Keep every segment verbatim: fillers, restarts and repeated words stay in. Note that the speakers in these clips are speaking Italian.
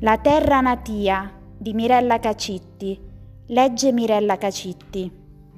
La terra natia di Mirella Cacitti. Legge Mirella Cacitti.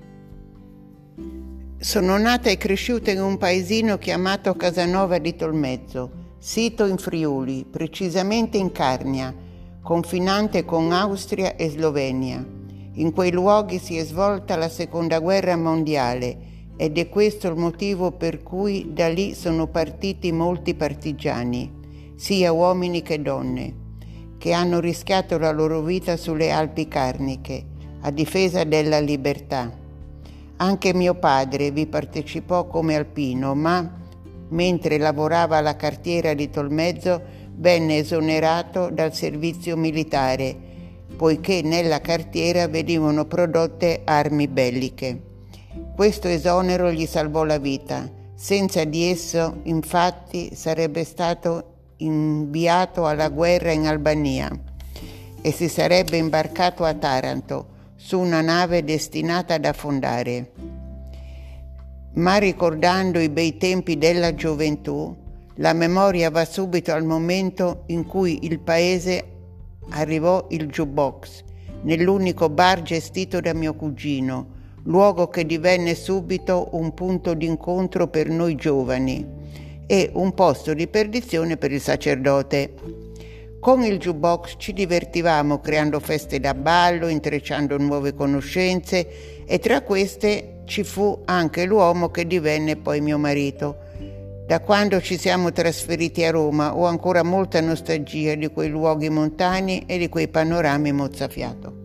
Sono nata e cresciuta in un paesino chiamato Casanova di Tolmezzo, sito in Friuli, precisamente in Carnia, confinante con Austria e Slovenia. In quei luoghi si è svolta la seconda guerra mondiale ed è questo il motivo per cui da lì sono partiti molti partigiani, sia uomini che donne, che hanno rischiato la loro vita sulle Alpi Carniche, a difesa della libertà. Anche mio padre vi partecipò come alpino, ma, mentre lavorava alla cartiera di Tolmezzo, venne esonerato dal servizio militare, poiché nella cartiera venivano prodotte armi belliche. Questo esonero gli salvò la vita. Senza di esso, infatti, sarebbe stato inviato alla guerra in Albania e si sarebbe imbarcato a Taranto su una nave destinata ad affondare. Ma ricordando i bei tempi della gioventù, la memoria va subito al momento in cui il paese arrivò il jukebox nell'unico bar gestito da mio cugino, luogo che divenne subito un punto d'incontro per noi giovani e un posto di perdizione per il sacerdote. Con il jukebox ci divertivamo creando feste da ballo, intrecciando nuove conoscenze e tra queste ci fu anche l'uomo che divenne poi mio marito. Da quando ci siamo trasferiti a Roma ho ancora molta nostalgia di quei luoghi montani e di quei panorami mozzafiato.